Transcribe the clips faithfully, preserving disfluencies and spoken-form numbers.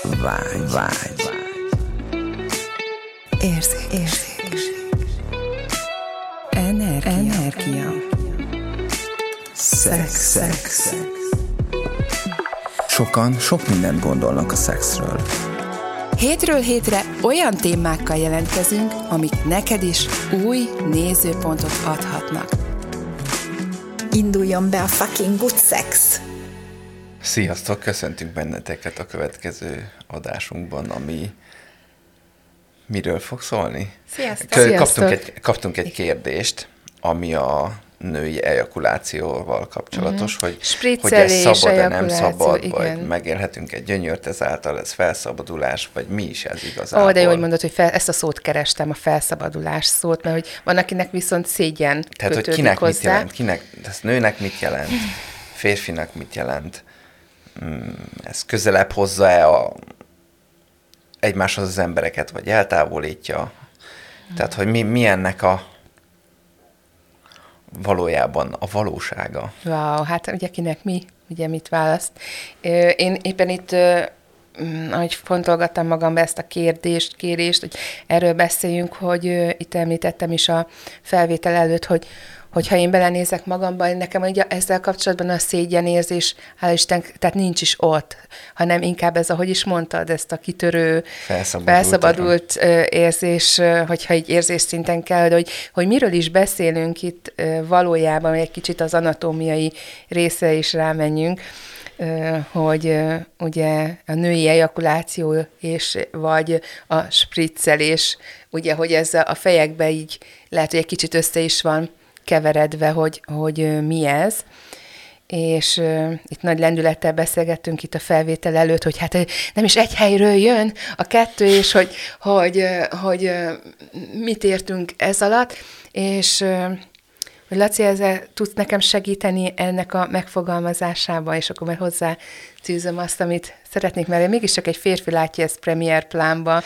Vágy, vágy, érzék, érzék, energia, energia. Szex, szex. Sokan sok mindent gondolnak a szexről. Hétről hétre olyan témákkal jelentkezünk, amik neked is új nézőpontot adhatnak. Induljon be a fucking good sex! Sziasztok, köszöntünk benneteket a következő adásunkban, ami miről fog szólni? Sziasztok! Kaptunk egy, kaptunk egy kérdést, ami a női ejakulációval kapcsolatos, mm. hogy, hogy ez szabad-e, nem szabad, igen. Vagy megélhetünk egy gyönyört ezáltal, ez felszabadulás, vagy mi is ez igazából. Ó, de jó, hogy mondod, hogy fel, ezt a szót kerestem, a felszabadulás szót, mert hogy van, akinek viszont szégyen Tehát, hogy kinek hozzá. Mit jelent, kinek, ez nőnek mit jelent, férfinak mit jelent, ez közelebb hozza-e a, egymáshoz az embereket, vagy eltávolítja. Tehát, hogy mi, mi ennek a valójában a valósága. Wow, hát ugye kinek mi, ugye mit választ. Én éppen itt, ahogy fontolgattam magambe ezt a kérdést, kérést, hogy erről beszéljünk, hogy itt említettem is a felvétel előtt, hogy hogyha én belenézek magamba, nekem ugye ezzel kapcsolatban a szégyenérzés, hála Isten, tehát nincs is ott, hanem inkább ez, ahogy is mondtad, ezt a kitörő, felszabadult, felszabadult érzés, hogyha így érzésszinten kell, hogy, hogy miről is beszélünk itt valójában, egy kicsit az anatómiai részre is rámenjünk, hogy ugye a női ejakuláció és vagy a spriccelés, ugye, hogy ez a fejekbe így lehet, hogy egy kicsit össze is van keveredve, hogy, hogy mi ez. És uh, itt nagy lendülettel beszélgettünk itt a felvétel előtt, hogy hát nem is egy helyről jön a kettő, és hogy, hogy, uh, hogy uh, mit értünk ez alatt, és uh, hogy Laci, ezzel tudsz nekem segíteni ennek a megfogalmazásában, és akkor már hozzá cízom azt, amit szeretnék, mert mégiscsak egy férfi látja ezt premier plánba.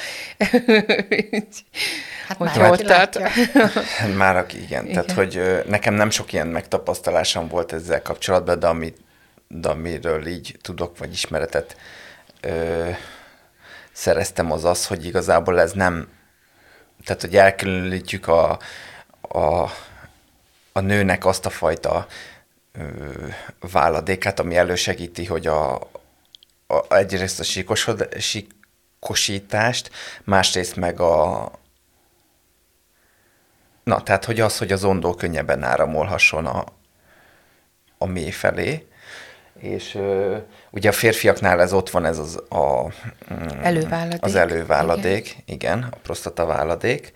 Hát már ott tart. Már aki, igen. igen. Tehát, hogy nekem nem sok ilyen megtapasztalásom volt ezzel kapcsolatban, de, ami, de amiről így tudok, vagy ismeretet ö, szereztem, az az, hogy igazából ez nem, tehát, hogy elkülönítjük a, a, a nőnek azt a fajta ö, váladékát, ami elősegíti, hogy a, a, egyrészt a síkosod, síkosítást, másrészt meg a Na, tehát, hogy az, hogy az ondó könnyebben áramolhasson a, a mély felé, és ö, ugye a férfiaknál ez ott van, ez az a, mm, előváladék. Az előváladék, igen. igen, a prostataváladék.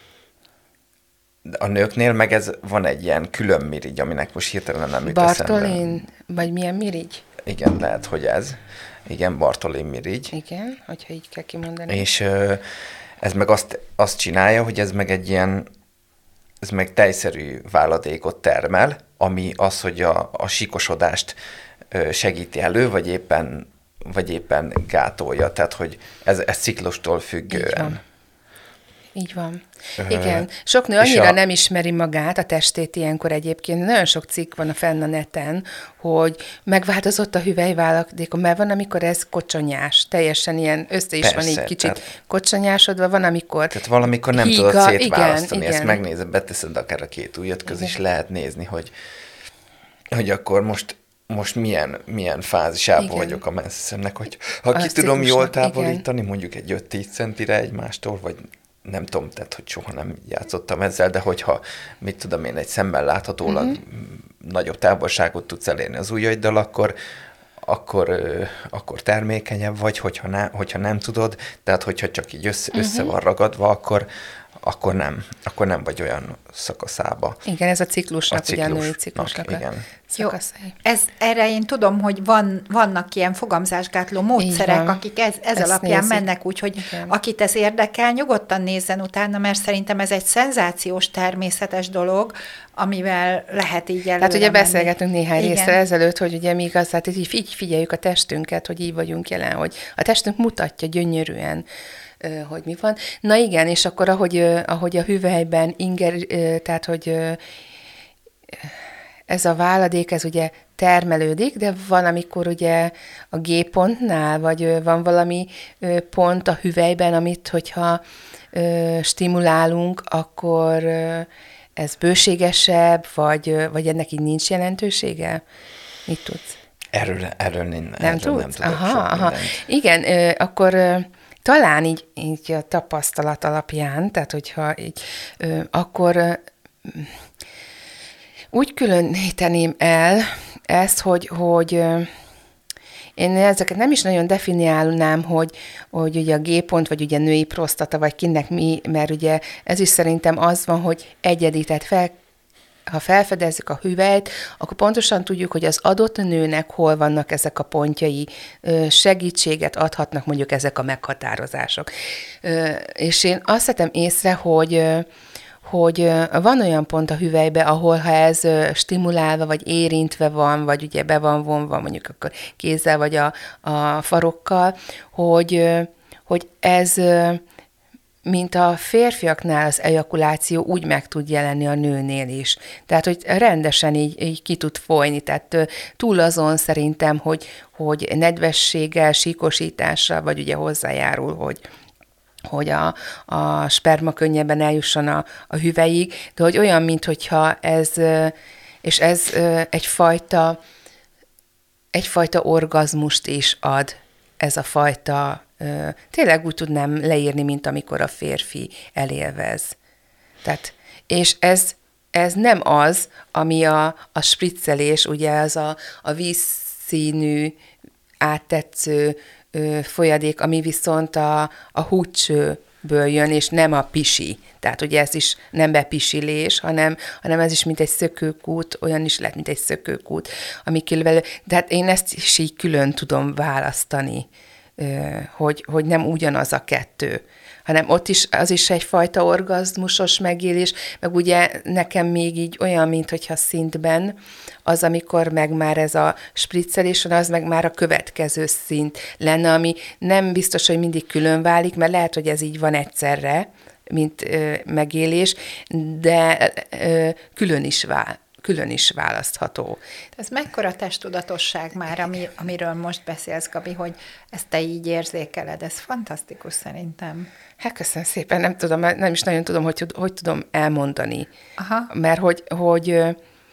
A nőknél meg ez van egy ilyen külön mirigy, aminek most hirtelen nem jut eszembe. Bartolin, vagy milyen mirigy? Igen, lehet, hogy ez. Igen, Bartolin mirigy. Igen, hogyha így kell kimondani. És ö, ez meg azt, azt csinálja, hogy ez meg egy ilyen ez meg tejszerű váladékot termel, ami az, hogy a, a síkosodást segíti elő, vagy éppen, vagy éppen gátolja. Tehát, hogy ez, ez ciklustól függően. Így van. Így van. Igen. Sok nő annyira a... nem ismeri magát, a testét ilyenkor egyébként. Nagyon sok cikk van a fenn a neten, hogy megváltozott a hüvelyváladékom, mert van, amikor ez kocsonyás, teljesen ilyen, össze is Persze, van így kicsit tehát... kocsonyásodva, van, amikor Tehát valamikor nem híga, tudod szétválasztani, igen, ezt igen. megnézed, beteszed akár a két ujjat közé, és lehet nézni, hogy, hogy akkor most most milyen, milyen fázisában igen. vagyok a menszeszemnek, hogy ha ki tudom jól távolítani, igen. mondjuk egy öt-tíz centire egymástól, vagy nem tudom, tehát, hogy soha nem játszottam ezzel, de hogyha, mit tudom én, egy szemmel láthatólag uh-huh. nagyobb távolságot tudsz elérni az ujjaiddal, akkor, akkor, akkor termékenyebb vagy, hogyha, ne, hogyha nem tudod, tehát hogyha csak így össze, uh-huh. össze van ragadva, akkor, akkor, nem, akkor nem vagy olyan szakaszába. Igen, ez a ciklusnak, a ciklusnak, ugye a női ciklusnak igen. szakaszai. Ez, erre én tudom, hogy van, vannak ilyen fogamzásgátló módszerek, akik ez, ez alapján nézik. mennek, úgyhogy igen. akit ez érdekel, nyugodtan nézzen utána, mert szerintem ez egy szenzációs, természetes dolog, amivel lehet így előre Hát ugye menni. beszélgetünk néhány részre ezelőtt, hogy ugye mi igaz, hát így, így figyeljük a testünket, hogy így vagyunk jelen, hogy a testünk mutatja gyönyörűen, hogy mi van. Na igen, és akkor ahogy, ahogy a hüvelyben inger, tehát hogy ez a váladék, ez ugye termelődik, de van, amikor ugye a G-pontnál, vagy van valami pont a hüvelyben, amit, hogyha stimulálunk, akkor ez bőségesebb, vagy, vagy ennek így nincs jelentősége? Mit tudsz? Erről, erről nem, nem, erről tudsz? nem tudok aha, sok aha. Igen, akkor talán így, így a tapasztalat alapján, tehát hogyha így, akkor úgy különíteném el ezt, hogy, hogy én ezeket nem is nagyon definiálnám, hogy, hogy ugye a G-pont, vagy ugye női prostata, vagy kinek mi, mert ugye ez is szerintem az van, hogy egyedi, tehát fel, ha felfedezzük a hüvelyt, akkor pontosan tudjuk, hogy az adott nőnek hol vannak ezek a pontjai, segítséget adhatnak mondjuk ezek a meghatározások. És én azt vettem észre, hogy hogy van olyan pont a hüvelybe, ahol ha ez stimulálva, vagy érintve van, vagy ugye be van vonva, mondjuk akkor kézzel, vagy a, a farokkal, hogy, hogy ez, mint a férfiaknál az ejakuláció úgy meg tud jelenni a nőnél is. Tehát, hogy rendesen így, így ki tud folyni. Tehát túl azon szerintem, hogy, hogy nedvességgel, síkosítással, vagy ugye hozzájárul, hogy hogy a, a sperma könnyebben eljusson a, a hüvelyig, de hogy olyan, minthogyha ez, és ez egyfajta, egyfajta orgazmust is ad, ez a fajta, tényleg úgy tudnám leírni, mint amikor a férfi elélvez. Tehát, és ez, ez nem az, ami a, a spriccelés, ugye az a, a vízszínű, áttetsző folyadék, ami viszont a, a húcsőből jön, és nem a pisi. Tehát ugye ez is nem bepisilés, hanem, hanem ez is mint egy szökőkút, olyan is lehet, mint egy szökőkút, ami kilvelő. De hát én ezt is így külön tudom választani, hogy, hogy nem ugyanaz a kettő, hanem ott is az is egyfajta orgazmusos megélés, meg ugye nekem még így olyan, mintha szintben az, amikor meg már ez a spriccelés van, az meg már a következő szint lenne, ami nem biztos, hogy mindig külön válik, mert lehet, hogy ez így van egyszerre, mint ö, megélés, de ö, külön is vál. külön is választható. Ez mekkora testtudatosság már, ami, amiről most beszélsz, Gabi, hogy ezt te így érzékeled, ez fantasztikus szerintem. Hát köszönöm szépen, nem tudom, nem is nagyon tudom, hogy, hogy tudom elmondani. Aha. Mert hogy, hogy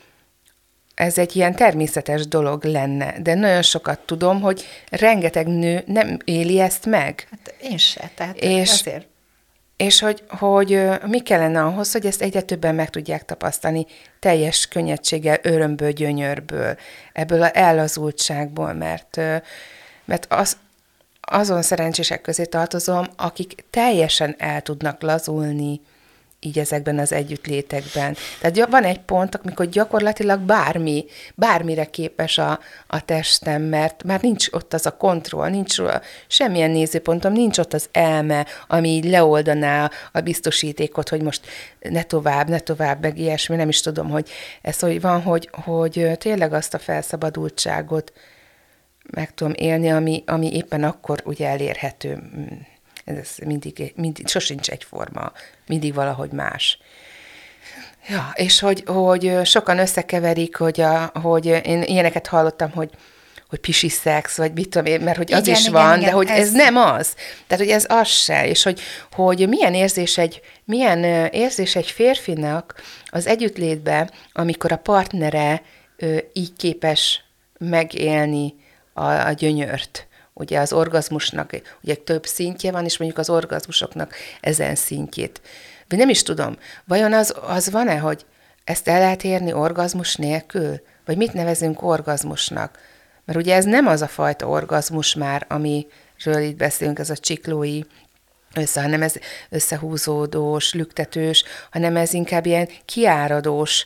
ez egy ilyen természetes dolog lenne, de nagyon sokat tudom, hogy rengeteg nő nem éli ezt meg. Hát én se, tehát és, azért... És hogy, hogy mi kellene ahhoz, hogy ezt egyre többen meg tudják tapasztani teljes könnyedséggel, örömből, gyönyörből, ebből az ellazultságból, mert, mert az, azon szerencsések közé tartozom, akik teljesen el tudnak lazulni így ezekben az együttlétekben. Tehát van egy pont, amikor gyakorlatilag bármi, bármire képes a, a testem, mert már nincs ott az a kontroll, nincs semmilyen nézőpontom, nincs ott az elme, ami így leoldaná a biztosítékot, hogy most ne tovább, ne tovább, meg ilyesmi, nem is tudom, hogy ez hogy van, hogy, hogy tényleg azt a felszabadultságot meg tudom élni, ami, ami éppen akkor ugye elérhető. Ez mindig, mindig, sosincs egyforma, mindig valahogy más. Ja, és hogy, hogy sokan összekeverik, hogy, a, hogy én ilyeneket hallottam, hogy, hogy pisi szex, vagy mit tudom én, mert hogy az igen, is igen, van, igen, de hogy ez... ez nem az. Tehát, hogy ez az se, és hogy, hogy milyen érzés egy, milyen érzés egy férfinak az együttlétbe, amikor a partnere így képes megélni a, a gyönyört. Ugye az orgazmusnak ugye több szintje van, és mondjuk az orgazmusoknak ezen szintjét. Vagy nem is tudom, vajon az, az van-e, hogy ezt el lehet érni orgazmus nélkül? Vagy mit nevezünk orgazmusnak? Mert ugye ez nem az a fajta orgazmus már, amiről itt beszélünk, ez a csiklói össze, hanem ez összehúzódós, lüktetős, hanem ez inkább ilyen kiáradós,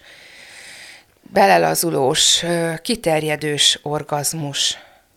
belelazulós, kiterjedős orgazmus.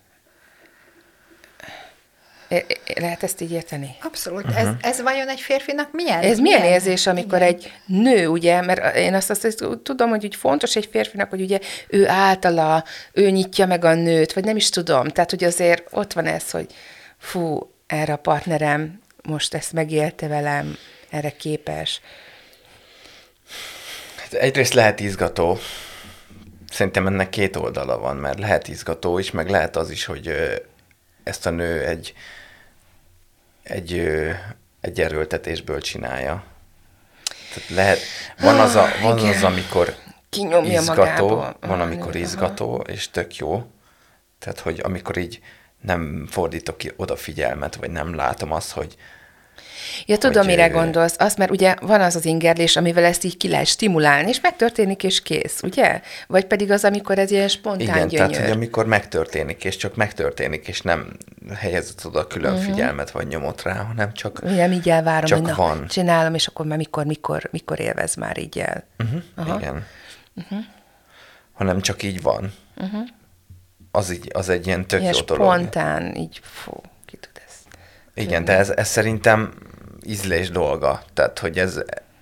Lehet ezt így érteni? Abszolút. Uh-huh. Ez, ez vajon egy férfinak milyen? Ez milyen, milyen érzés, amikor igen. egy nő, ugye, mert én azt, azt, azt tudom, hogy úgy fontos egy férfinak, hogy ugye ő általa, ő nyitja meg a nőt, vagy nem is tudom. Tehát, hogy azért ott van ez, hogy fú, erre a partnerem most ezt megélte velem, erre képes. Hát egyrészt lehet izgató, szerintem ennek két oldala van, mert lehet izgató is, meg lehet az is, hogy ezt a nő egy, egy, egy erőltetésből csinálja. Tehát lehet, van az, a, van az amikor kinyomja izgató, magából. van amikor izgató, és tök jó. Tehát, hogy amikor így nem fordítok ki oda figyelmet, vagy nem látom azt, hogy Ja, tudom, hogy, mire gondolsz. Azt, mert ugye van az az ingerlés, amivel ezt így ki lehet stimulálni, és megtörténik, és kész, ugye? Vagy pedig az, amikor ez ilyen spontán igen, gyönyör. tehát, hogy amikor megtörténik, és csak megtörténik, és nem helyezed oda külön uh-huh. figyelmet, vagy nyomot rá, hanem csak nem így elvárom, csak hogy na, van. csinálom, és akkor már mikor, mikor, mikor élvez már így el. Uh-huh. Igen. Uh-huh. Hanem csak így van. Uh-huh. Az, így, az egy ilyen tök ilyen jó dolog. spontán, így fú, ki tud ezt. Igen, uh-huh. de ez, ez szerintem ízlés dolga. Tehát, hogy ez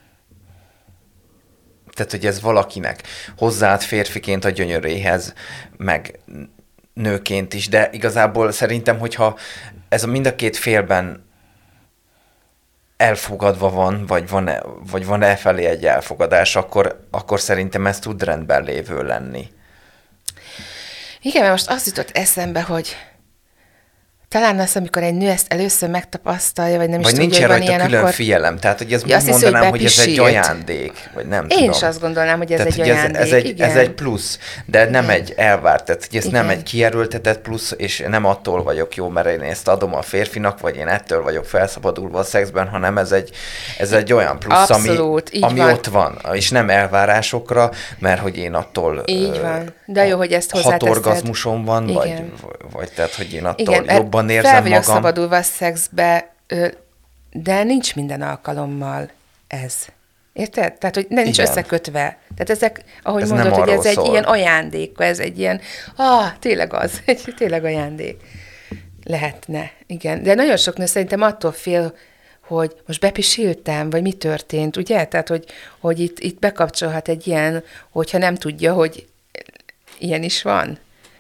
tehát, hogy ez valakinek hozzáad férfiként a gyönyöréhez, meg nőként is, de igazából szerintem, hogyha ez a mind a két félben elfogadva van, vagy van, vagy van elfelé egy elfogadás, akkor, akkor szerintem ez tud rendben lévő lenni. Igen, mert most azt jutott eszembe, hogy talán az, amikor egy nő ezt először megtapasztalja, vagy nem is vagy tudja, nincs hogy van rajta ilyen, külön akkor... figyelem. Tehát, hogy ez ja, úgy mondanám, hogy, hogy ez egy ajándék, vagy nem Én tudom. is azt gondolnám, hogy ez tehát, egy hogy ajándék. Ez, ez, egy, igen. ez egy plusz, de nem igen. egy elvárt. Tehát, hogy ez igen. nem egy kierőltetett plusz, és nem attól vagyok jó, mert én ezt adom a férfinak, vagy én ettől vagyok felszabadulva a szexben, hanem ez egy, ez egy olyan plusz, abszolút, ami, ami van. ott van, és nem elvárásokra, mert hogy én attól így van. De jó, hogy ezt hozzáteszed. hat orgazmusom van, vagy, vagy tehát, hogy én attól igen, jobban érzem fel vagyok magam. Szabadulva a szexbe, de nincs minden alkalommal ez. Érted? Tehát, hogy nincs igen. összekötve. Tehát ezek, ahogy ez mondod, hogy ez szól. egy ilyen ajándék, ez egy ilyen, ah, tényleg az, egy tényleg ajándék. Lehetne, igen. De nagyon sok nő szerintem attól fél, hogy most bepisiltem, vagy mi történt, ugye? Tehát, hogy, hogy itt, itt bekapcsolhat egy ilyen, hogyha nem tudja, hogy ilyen is van.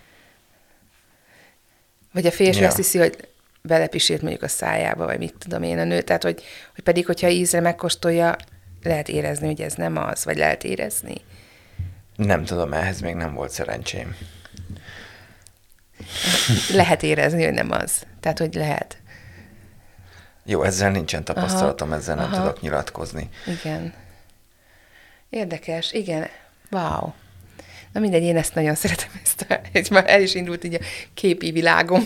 Vagy a férfi ja. azt hiszi, hogy belepisilt mondjuk a szájába, vagy mit tudom én a nő. Tehát, hogy, hogy pedig, hogyha ízre megkóstolja, lehet érezni, hogy ez nem az, vagy lehet érezni. Nem tudom, ehhez még nem volt szerencsém. Lehet érezni, hogy nem az. Tehát, hogy lehet. Jó, ezzel nincsen tapasztalatom, aha, ezzel nem aha. tudok nyilatkozni. Igen. Érdekes, igen. Wow. Na mindegy, én ezt nagyon szeretem, ezt a, ez már el is indult így a képi világom.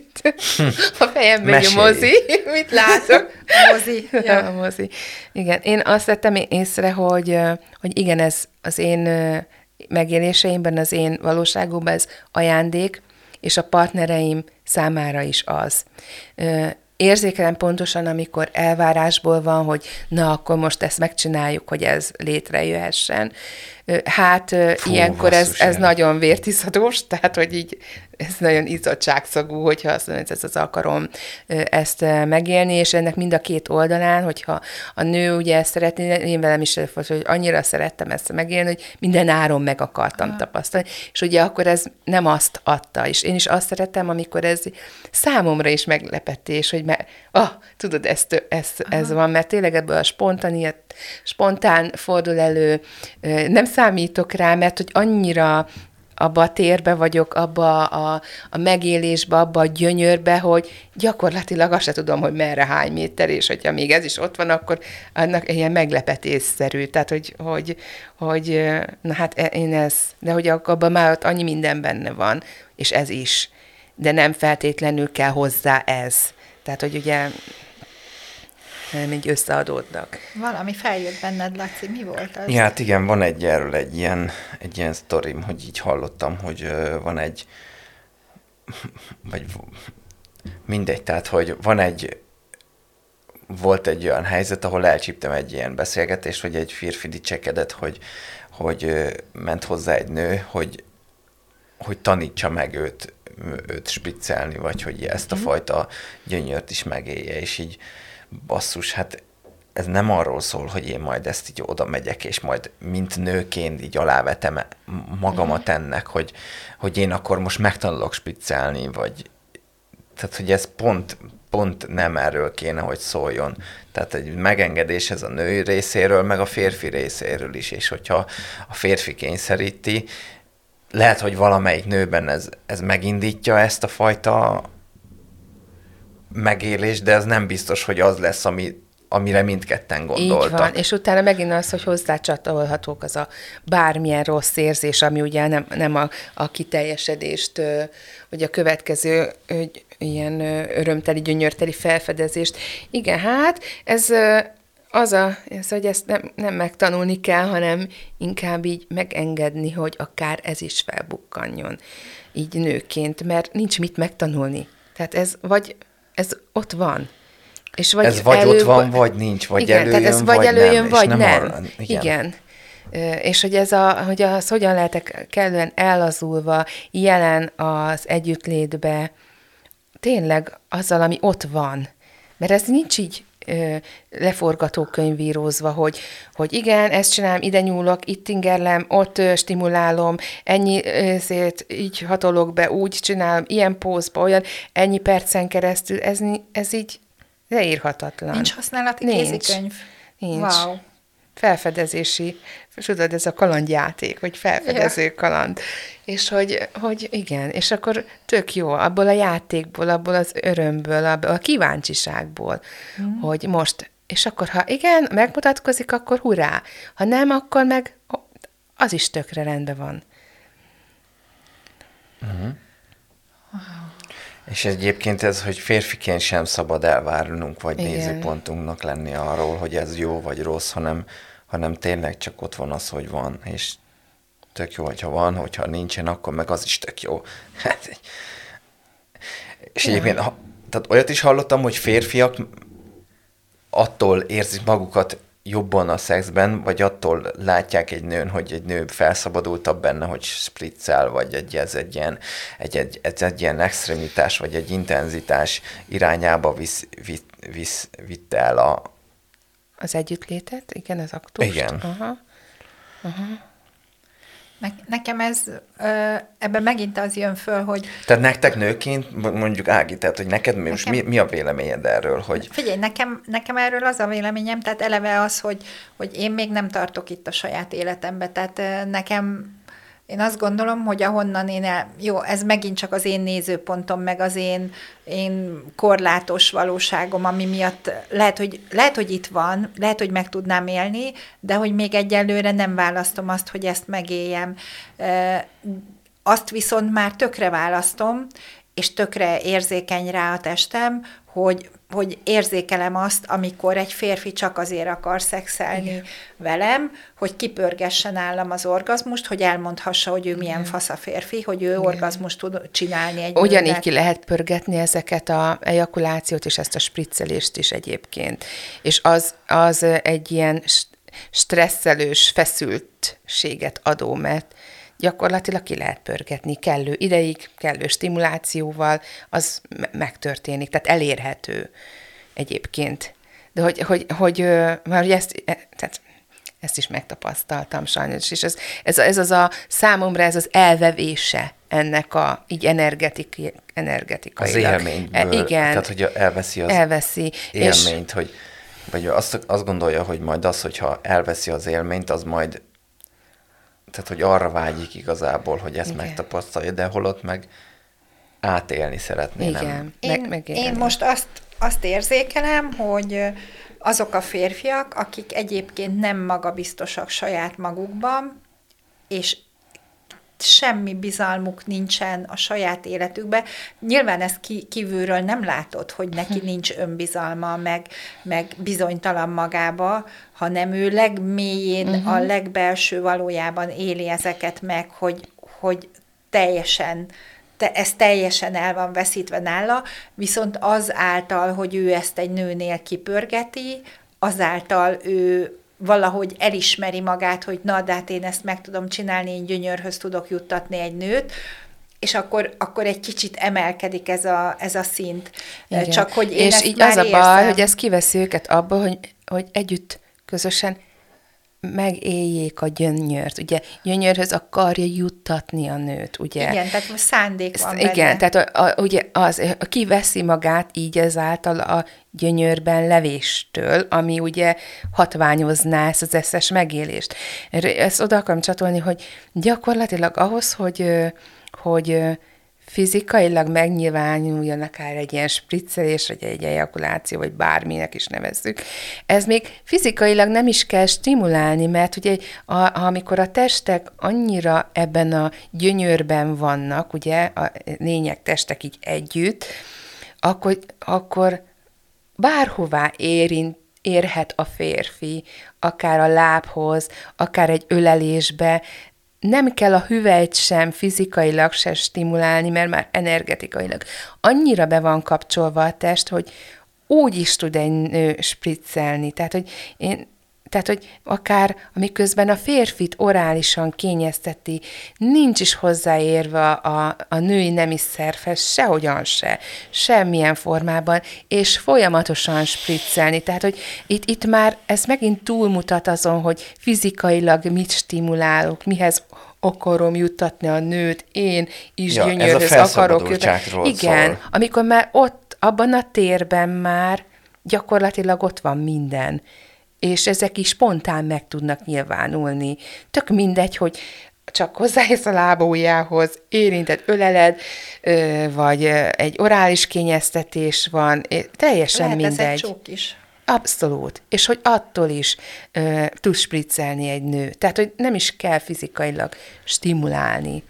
A fejemben megy a mozi. Mit látok? A mozi. Ja. A mozi. Igen, én azt vettem észre, hogy, hogy igen, ez az én megéléseimben, az én valóságomban ez ajándék, és a partnereim számára is az. Érzékelem pontosan, amikor elvárásból van, hogy na, akkor most ezt megcsináljuk, hogy ez létrejöhessen. Hát Fú, ilyenkor ez, ez nagyon vértiszadós, tehát hogy így ez nagyon izzadságszagú, hogyha azt mondom, hogy ez az akarom ezt megélni, és ennek mind a két oldalán, hogyha a nő ugye ezt szeretné, én velem is előfordult, hogy annyira szerettem ezt megélni, hogy minden áron meg akartam Aha. tapasztalni, és ugye akkor ez nem azt adta, és én is azt szeretem, amikor ez számomra is meglepetés, hogy mert, ah, tudod, ez, ez, ez van, mert tényleg ebből a spontán, spontán fordul elő, nem számítok rá, mert hogy annyira abba a térbe vagyok, abba a, a megélésbe, abba a gyönyörbe, hogy gyakorlatilag azt se tudom, hogy merre hány méter, és hogyha még ez is ott van, akkor annak ilyen meglepetésszerű. Tehát, hogy, hogy, hogy na hát én ez, de hogy abban már ott annyi minden benne van, és ez is, de nem feltétlenül kell hozzá ez. Tehát, hogy ugye nem így összeadódnak. Valami feljött benned, Laci, mi volt az? Ja, hát igen, van egy erről egy ilyen, egy ilyen sztorim, hogy így hallottam, hogy uh, van egy, vagy mindegy, tehát, hogy van egy, volt egy olyan helyzet, ahol elcsíptem egy ilyen beszélgetést, hogy egy férfi dicsekedett, hogy, hogy uh, ment hozzá egy nő, hogy, hogy tanítsa meg őt, őt spiccelni, vagy hogy ezt a mm. fajta gyönyört is megélje, és így basszus, hát ez nem arról szól, hogy én majd ezt így oda megyek, és majd mint nőként így alávetem magamat ennek, hogy, hogy én akkor most megtanulok spiccelni, vagy tehát, hogy ez pont, pont nem erről kéne, hogy szóljon. Tehát egy megengedés ez a nő részéről, meg a férfi részéről is, és hogyha a férfi kényszeríti, lehet, hogy valamelyik nőben ez, ez megindítja ezt a fajta megélést, de ez nem biztos, hogy az lesz, ami, amire mindketten gondoltak. Így van, és utána megint az, hogy hozzácsatolhatók az a bármilyen rossz érzés, ami ugye nem, nem a, a kiteljesedést, vagy a következő ilyen örömteli, gyönyörteli felfedezést. Igen, hát ez az, a, ez, hogy ezt nem, nem megtanulni kell, hanem inkább így megengedni, hogy akár ez is felbukkanjon így nőként, mert nincs mit megtanulni. Tehát ez vagy ez ott van. És vagy ez vagy elő, ott van, vagy nincs, vagy igen, előjön, tehát ez vagy, vagy előjön, nem. vagy nem. nem. Arra, igen. igen. És hogy ez a, hogy az hogyan lehetek kellően ellazulva jelen az együttlétbe, tényleg azzal, ami ott van. Mert ez nincs így ö, leforgatókönyvírozva, hogy, hogy igen, ezt csinálom, ide nyúlok, itt ingerlem, ott ö, stimulálom, ennyi ezért így hatolok be, úgy csinálom, ilyen pózba, olyan, ennyi percen keresztül, ez, ez így leírhatatlan. Nincs használati Nincs. kézikönyv? Nincs. Wow. Felfedezési, tudod, ez a kalandjáték, vagy felfedező yeah. kaland. És hogy, hogy igen, és akkor tök jó, abból a játékból, abból az örömből, abból a kíváncsiságból, mm. hogy most, és akkor ha igen, megmutatkozik, akkor hurrá, ha nem, akkor meg az is tökre rendben van. Uh-huh. Wow. És egyébként ez, hogy férfiként sem szabad elvárnunk, vagy igen. nézőpontunknak lenni arról, hogy ez jó vagy rossz, hanem, hanem tényleg csak ott van az, hogy van, és tök jó, hogyha van, hogyha nincsen, akkor meg az is tök jó. És ja. egyébként, ha, tehát olyat is hallottam, hogy férfiak attól érzik magukat jobban a szexben, vagy attól látják egy nőn, hogy egy nő felszabadultabb benne, hogy spriccel, vagy egy, ez egy ilyen, egy, egy, egy, egy ilyen extremitás, vagy egy intenzitás irányába visz, visz, visz, vitte el a... Az együttlétet? Igen, az aktust? Igen. Aha. Aha. Ne, nekem ez, ö, ebben megint az jön föl, hogy... Tehát nektek nőként, mondjuk Ági, tehát, hogy neked nekem, most mi, mi a véleményed erről? Hogy... Figyelj, nekem, nekem erről az a véleményem, tehát eleve az, hogy, hogy én még nem tartok itt a saját életembe, tehát nekem, én azt gondolom, hogy ahonnan én el, jó, ez megint csak az én nézőpontom, meg az én, én korlátos valóságom, ami miatt lehet hogy, lehet, hogy itt van, lehet, hogy meg tudnám élni, de hogy még egyelőre nem választom azt, hogy ezt megéljem. Azt viszont már tökre választom, és tökre érzékeny rá a testem, hogy, hogy érzékelem azt, amikor egy férfi csak azért akar szexelni igen. velem, hogy kipörgessen nálam az orgazmust, hogy elmondhassa, hogy ő igen. milyen fasz a férfi, hogy ő igen. orgazmust tud csinálni egy Ugyanígy nőnek. Ki lehet pörgetni ezeket a ejakulációt és ezt a spriccelést is egyébként. És az, az egy ilyen stresszelős feszültséget adó, mert gyakorlatilag ki lehet pörgetni kellő ideig, kellő stimulációval, az me- megtörténik, tehát elérhető egyébként. De hogy, hogy, hogy már hogy ezt, tehát ezt is megtapasztaltam sajnos, és ez, ez, ez az a számomra ez az elvevése ennek a így energetik, energetikailag. Az élményből, e, igen, tehát hogy elveszi az elveszi, élményt, és, hogy vagy azt, azt gondolja, hogy majd az, hogyha elveszi az élményt, az majd tehát, hogy arra vágyik igazából, hogy ezt igen. megtapasztalja, de holott meg átélni szeretné. Igen. Nem? Én, meg, én most azt, azt érzékelem, hogy azok a férfiak, akik egyébként nem magabiztosak saját magukban, és semmi bizalmuk nincsen a saját életükbe. Nyilván ezt ki, kívülről nem látod, hogy neki nincs önbizalma, meg, meg bizonytalan magába, hanem ő legmélyén, uh-huh. a legbelső valójában éli ezeket meg, hogy, hogy teljesen, te, ez teljesen el van veszítve nála, viszont az által, hogy ő ezt egy nőnél kipörgeti, azáltal ő valahogy elismeri magát, hogy na, de hát én ezt meg tudom csinálni, én gyönyörhöz tudok juttatni egy nőt, és akkor, akkor egy kicsit emelkedik ez a, ez a szint. Igen. Csak hogy én és ezt így már az a érzem. baj, hogy ez kiveszi őket abba, hogy, hogy együtt, közösen megéljék a gyönyört. Ugye gyönyörhöz akarja juttatni a nőt, ugye? Igen, tehát most szándék van benne. Igen, tehát a, a, ugye az, kiveszi magát így ezáltal a gyönyörben levéstől, ami ugye hatványozná ezt az eszes megélést. Ezt oda akarom csatolni, hogy gyakorlatilag ahhoz, hogy, hogy fizikailag megnyilvánuljon akár egy ilyen spriccelés, vagy egy ejakuláció, vagy bárminek is nevezzük. Ez még fizikailag nem is kell stimulálni, mert ugye a, amikor a testek annyira ebben a gyönyörben vannak, ugye a lények, testek így együtt, akkor, akkor bárhová érint, érhet a férfi, akár a lábhoz, akár egy ölelésbe, nem kell a hüvelyt sem fizikailag se stimulálni, mert már energetikailag annyira be van kapcsolva a test, hogy úgy is tud egy nő spriccelni. Tehát, hogy én Tehát, hogy akár amiközben a férfit orálisan kényezteti, nincs is hozzáérve a, a női nemi szervhez sehogyan se, semmilyen formában, és folyamatosan spriccelni. Tehát, hogy itt, itt már ez megint túlmutat azon, hogy fizikailag mit stimulálok, mihez akarom juttatni a nőt, én is ja, gyönyörhöz akarok juttatni. Igen, szól. Amikor már ott, abban a térben már gyakorlatilag ott van minden. És ezek is spontán meg tudnak nyilvánulni. Tök mindegy, hogy csak hozzáérsz a lábujjához, érinted, öleled, vagy egy orális kényeztetés van, teljesen lehet mindegy. Lehet ez egy csók is. Abszolút. És hogy attól is uh, tud spriccelni egy nő. Tehát, hogy nem is kell fizikailag stimulálni.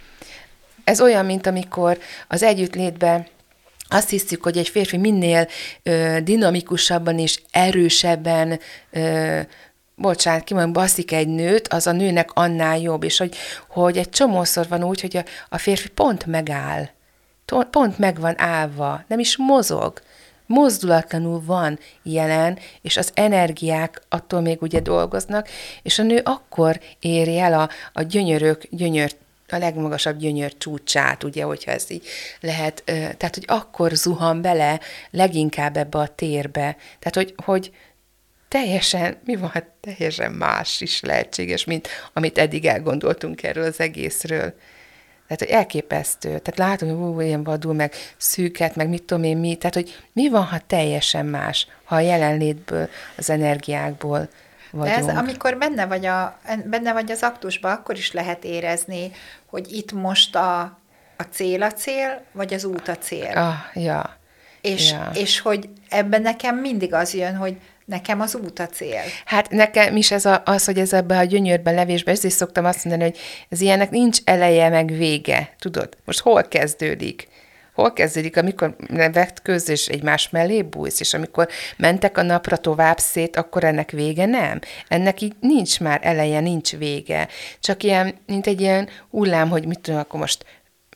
Ez olyan, mint amikor az együttlétben azt hiszük, hogy egy férfi minél ö, dinamikusabban és erősebben, ö, bocsánat, kimondom, baszik egy nőt, az a nőnek annál jobb, és hogy, hogy egy csomószor van úgy, hogy a, a férfi pont megáll, pont meg van állva, nem is mozog, mozdulatlanul van jelen, és az energiák attól még ugye dolgoznak, és a nő akkor éri el a, a gyönyörök, gyönyört, a legmagasabb gyönyör csúcsát, ugye, hogyha ez így lehet, tehát, hogy akkor zuhan bele leginkább ebbe a térbe. Tehát, hogy, hogy teljesen, mi van, teljesen más is lehetséges, mint amit eddig elgondoltunk erről az egészről. Tehát, hogy elképesztő. Tehát látom, hogy ú, ilyen vadul, meg szűket, meg mit tudom én mi. Tehát, hogy mi van, ha teljesen más, ha a jelenlétből, az energiákból vagyunk. De ez, amikor benne vagy, a, benne vagy az aktusban, akkor is lehet érezni, hogy itt most a, a cél a cél, vagy az út a cél. Ah, ja. És, ja. és hogy ebben nekem mindig az jön, hogy nekem az út a cél. Hát nekem is ez a, az, hogy ez ebbe a gyönyörben levésben, ezért szoktam azt mondani, hogy ez ilyennek nincs eleje meg vége. Tudod? Most hol kezdődik? Hol kezdődik, amikor vetkőz és egymás mellé bújsz, és amikor mentek a napra tovább szét, akkor ennek vége nem. Ennek így nincs már eleje, nincs vége. Csak ilyen, mint egy ilyen hullám, hogy mit tudom, akkor most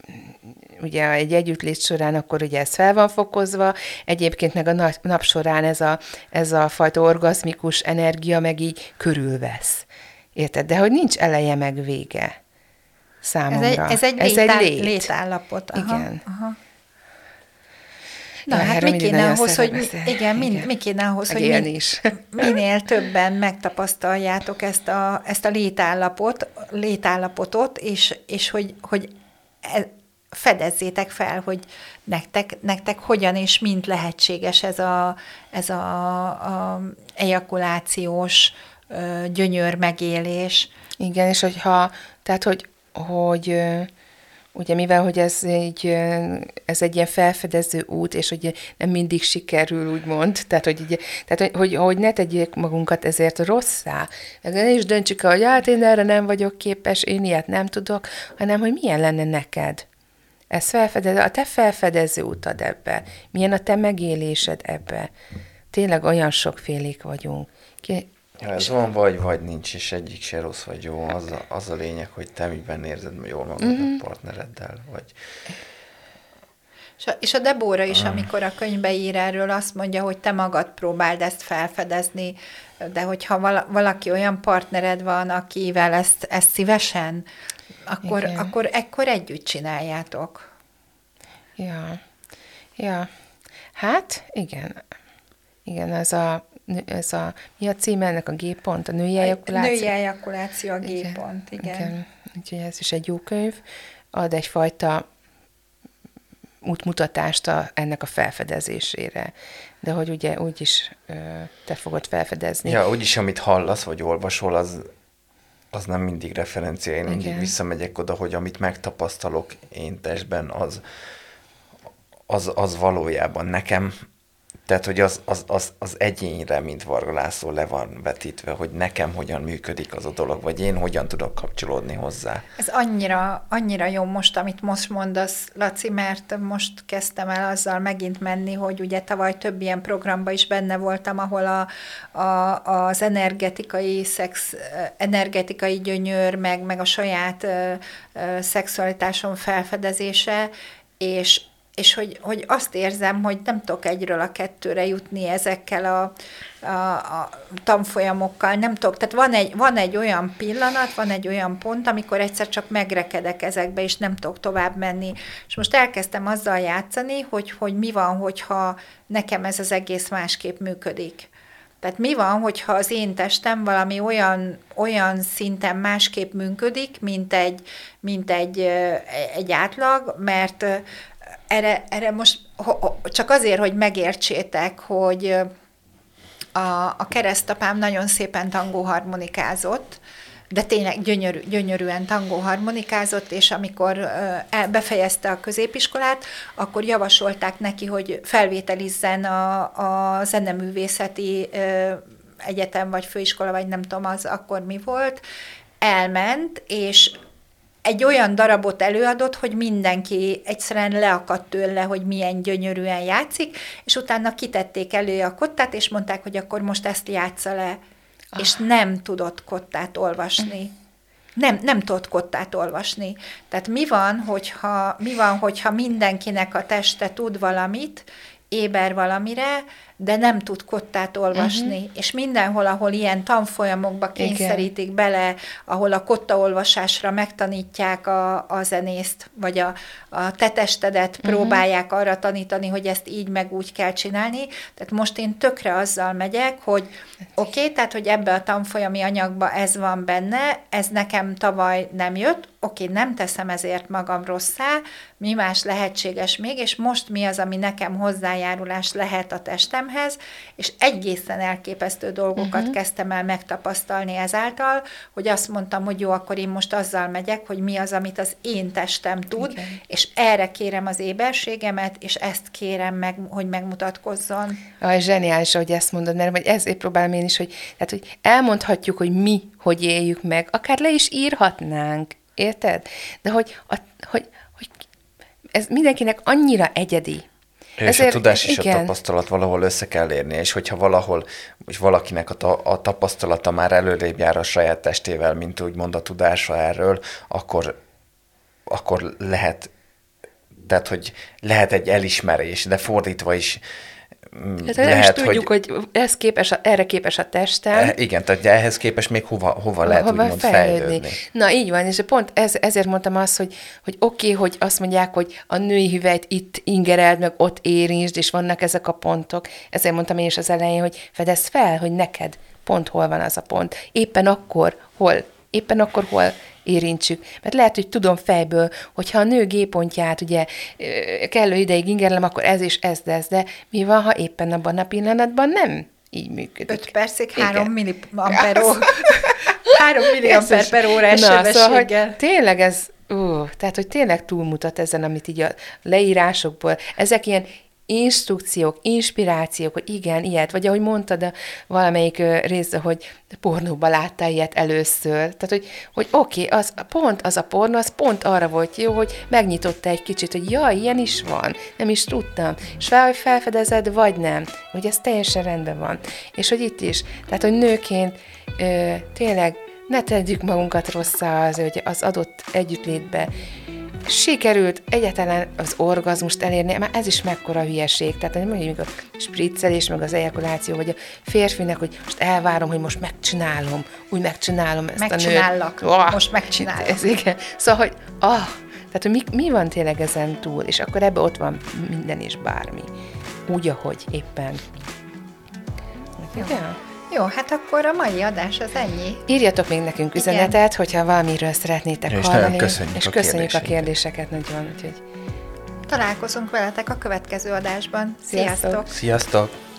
ugye egy együttlét során, akkor ugye ez fel van fokozva, egyébként meg a nap során ez a, ez a fajta orgazmikus energia meg így körülvesz. Érted? De hogy nincs eleje meg vége számomra. Ez egy, ez egy, ez létá, egy lét. létállapot. Aha, igen. Aha. Na, ja, hát mi kéne ahhoz, hogy, mi, igen, mi, igen. mi kéne ahhoz, meg hogy min, is. minél többen megtapasztaljátok ezt a, ezt a létállapot, létállapotot, és, és hogy, hogy fedezzétek fel, hogy nektek, nektek hogyan és mint lehetséges ez a, ez a, a ejakulációs gyönyör megélés. Igen, és hogyha, tehát, hogy, hogy ugye mivel, hogy ez egy, ez egy ilyen felfedező út, és hogy nem mindig sikerül, úgymond, tehát, hogy, ugye, tehát, hogy, hogy ne tegyék magunkat ezért rosszá, meg ne is döntsük el, hogy hát én erre nem vagyok képes, én ilyet nem tudok, hanem, hogy milyen lenne neked. Ez felfedez, a te felfedező utad ebbe, milyen a te megélésed ebbe. Tényleg olyan sokfélék vagyunk. Ki, Ja, ez van vagy, vagy nincs, és egyik se rossz vagy jó. Az a, az a lényeg, hogy te miben érzed jól magad mm-hmm. a partnereddel, vagy... És a, és a Debóra is, amikor a könyvbe ír erről, azt mondja, hogy te magad próbáld ezt felfedezni, de hogyha vala, valaki olyan partnered van, akivel ezt, ezt szívesen, akkor, akkor ekkor együtt csináljátok. Ja, ja. Hát, igen. Igen, ez a ez a, mi a címe ennek a G-pont, a női ejakuláció? Női ejakuláció a G-pont, igen. igen. igen. Úgyhogy ez is egy jó könyv, ad egyfajta útmutatást a, ennek a felfedezésére. De hogy ugye úgyis ö, te fogod felfedezni. Ja, úgyis amit hallasz, vagy olvasol, az, az nem mindig referencia. Én mindig visszamegyek oda, hogy amit megtapasztalok én testben, az, az, az valójában nekem, tehát, hogy az, az, az, az egyénre, mint Varga László le van vetítve, hogy nekem hogyan működik az a dolog, vagy én hogyan tudok kapcsolódni hozzá. Ez annyira, annyira jó most, amit most mondasz, Laci, mert most kezdtem el azzal megint menni, hogy ugye tavaly több ilyen programban is benne voltam, ahol a, a, az energetikai szex, energetikai gyönyör, meg, meg a saját ö, ö, szexualitásom felfedezése, és és hogy, hogy azt érzem, hogy nem tudok egyről a kettőre jutni ezekkel a, a, a tanfolyamokkal, nem tudok. Tehát van egy, van egy olyan pillanat, van egy olyan pont, amikor egyszer csak megrekedek ezekbe, és nem tudok tovább menni. És most elkezdtem azzal játszani, hogy, hogy mi van, hogyha nekem ez az egész másképp működik. Tehát mi van, hogyha az én testem valami olyan, olyan szinten másképp működik, mint egy, mint egy, egy átlag, mert Erre, erre most csak azért, hogy megértsétek, hogy a, a keresztapám nagyon szépen tangóharmonikázott, de tényleg gyönyörű, gyönyörűen tangóharmonikázott, és amikor befejezte a középiskolát, akkor javasolták neki, hogy felvételizzen a, a zeneművészeti egyetem, vagy főiskola, vagy nem tudom, az akkor mi volt. Elment, és egy olyan darabot előadott, hogy mindenki egyszerűen leakadt tőle, hogy milyen gyönyörűen játszik, és utána kitették elő a kottát, és mondták, hogy akkor most ezt játsza le. Ah. És nem tudott kottát olvasni. Nem, nem tudott kottát olvasni. Tehát mi van, hogyha, mi van, hogyha mindenkinek a teste tud valamit, éber valamire, de nem tud kottát olvasni. Uh-huh. És mindenhol, ahol ilyen tanfolyamokba kényszerítik Igen. bele, ahol a kottaolvasásra megtanítják a, a zenészt, vagy a, a te testedet uh-huh. próbálják arra tanítani, hogy ezt így meg úgy kell csinálni. Tehát most én tökre azzal megyek, hogy oké, okay, tehát, hogy ebbe a tanfolyami anyagba ez van benne, ez nekem tavaly nem jött, oké, okay, nem teszem ezért magam rosszá, mi más lehetséges még, és most mi az, ami nekem hozzájárulás lehet a testemhez, és egészen elképesztő dolgokat uh-huh. kezdtem el megtapasztalni ezáltal, hogy azt mondtam, hogy jó, akkor én most azzal megyek, hogy mi az, amit az én testem tud, Igen. és erre kérem az éberségemet, és ezt kérem meg, hogy megmutatkozzon. Ah, zseniális, hogy ezt mondod, mert hogy ezért próbálom én is, hogy, tehát, hogy elmondhatjuk, hogy mi, hogy éljük meg, akár le is írhatnánk, érted? De hogy, a, hogy, hogy ez mindenkinek annyira egyedi. És Ezért, a tudás és igen. a tapasztalat valahol össze kell érni, és hogyha valahol, és valakinek a, ta, a tapasztalata már előrébb jár a saját testével, mint úgymond a tudása erről, akkor, akkor lehet, tehát, hogy lehet egy elismerés, de fordítva is hát lehet, nem is tudjuk, hogy, hogy ez képes a, erre képes a testem. Igen, tehát ehhez képes még hova, hova lehet hova úgymond fejlődni. fejlődni. Na így van, és pont ez, ezért mondtam azt, hogy, hogy oké, okay, hogy azt mondják, hogy a női hüvelyt itt ingereld, meg ott érintsd, és vannak ezek a pontok. Ezért mondtam én is az elején, hogy fedezd fel, hogy neked pont hol van az a pont. Éppen akkor, hol, éppen akkor hol érintsük. Mert lehet, hogy tudom fejből, hogyha a nő G-pontját ugye kellő ideig ingerlem, akkor ez és ez lesz, de mi van, ha éppen abban a pillanatban nem így működik? öt percig három milliamperó. három milliamper per órás sebességgel. Szóval, hogy tényleg ez, ú, tehát, hogy tényleg túlmutat ezen, amit így a leírásokból, ezek ilyen instrukciók, inspirációk, hogy igen, ilyet, vagy ahogy mondtad a valamelyik része, hogy pornóban láttál ilyet először. Tehát, hogy, hogy oké, okay, az, pont az a pornó, az pont arra volt jó, hogy megnyitotta egy kicsit, hogy jaj, ilyen is van, nem is tudtam. És fel, hogy felfedezed, vagy nem, hogy ez teljesen rendben van. És hogy itt is, tehát, hogy nőként ö, tényleg ne tegyük magunkat rosszá az, hogy az adott együttlétbe sikerült egyáltalán az orgazmust elérni, már ez is mekkora hülyeség. Tehát mondjuk a spriccelés, meg az ejakuláció, vagy a férfinek, hogy most elvárom, hogy most megcsinálom, úgy megcsinálom ezt Megcsinállak. a nőt. Oh, most megcsinálom. Ez igen. Szóval, hogy ah, tehát, hogy mi, mi van tényleg ezen túl, és akkor ebbe ott van minden és bármi. Úgy, ahogy éppen. Jó. Ja. Jó, hát akkor a mai adás az ennyi. Írjatok még nekünk üzenetet, igen, hogyha valamiről szeretnétek és hallani. Köszönjük és a köszönjük a kérdéseket nagyon. Úgyhogy... Találkozunk veletek a következő adásban. Sziasztok! Sziasztok!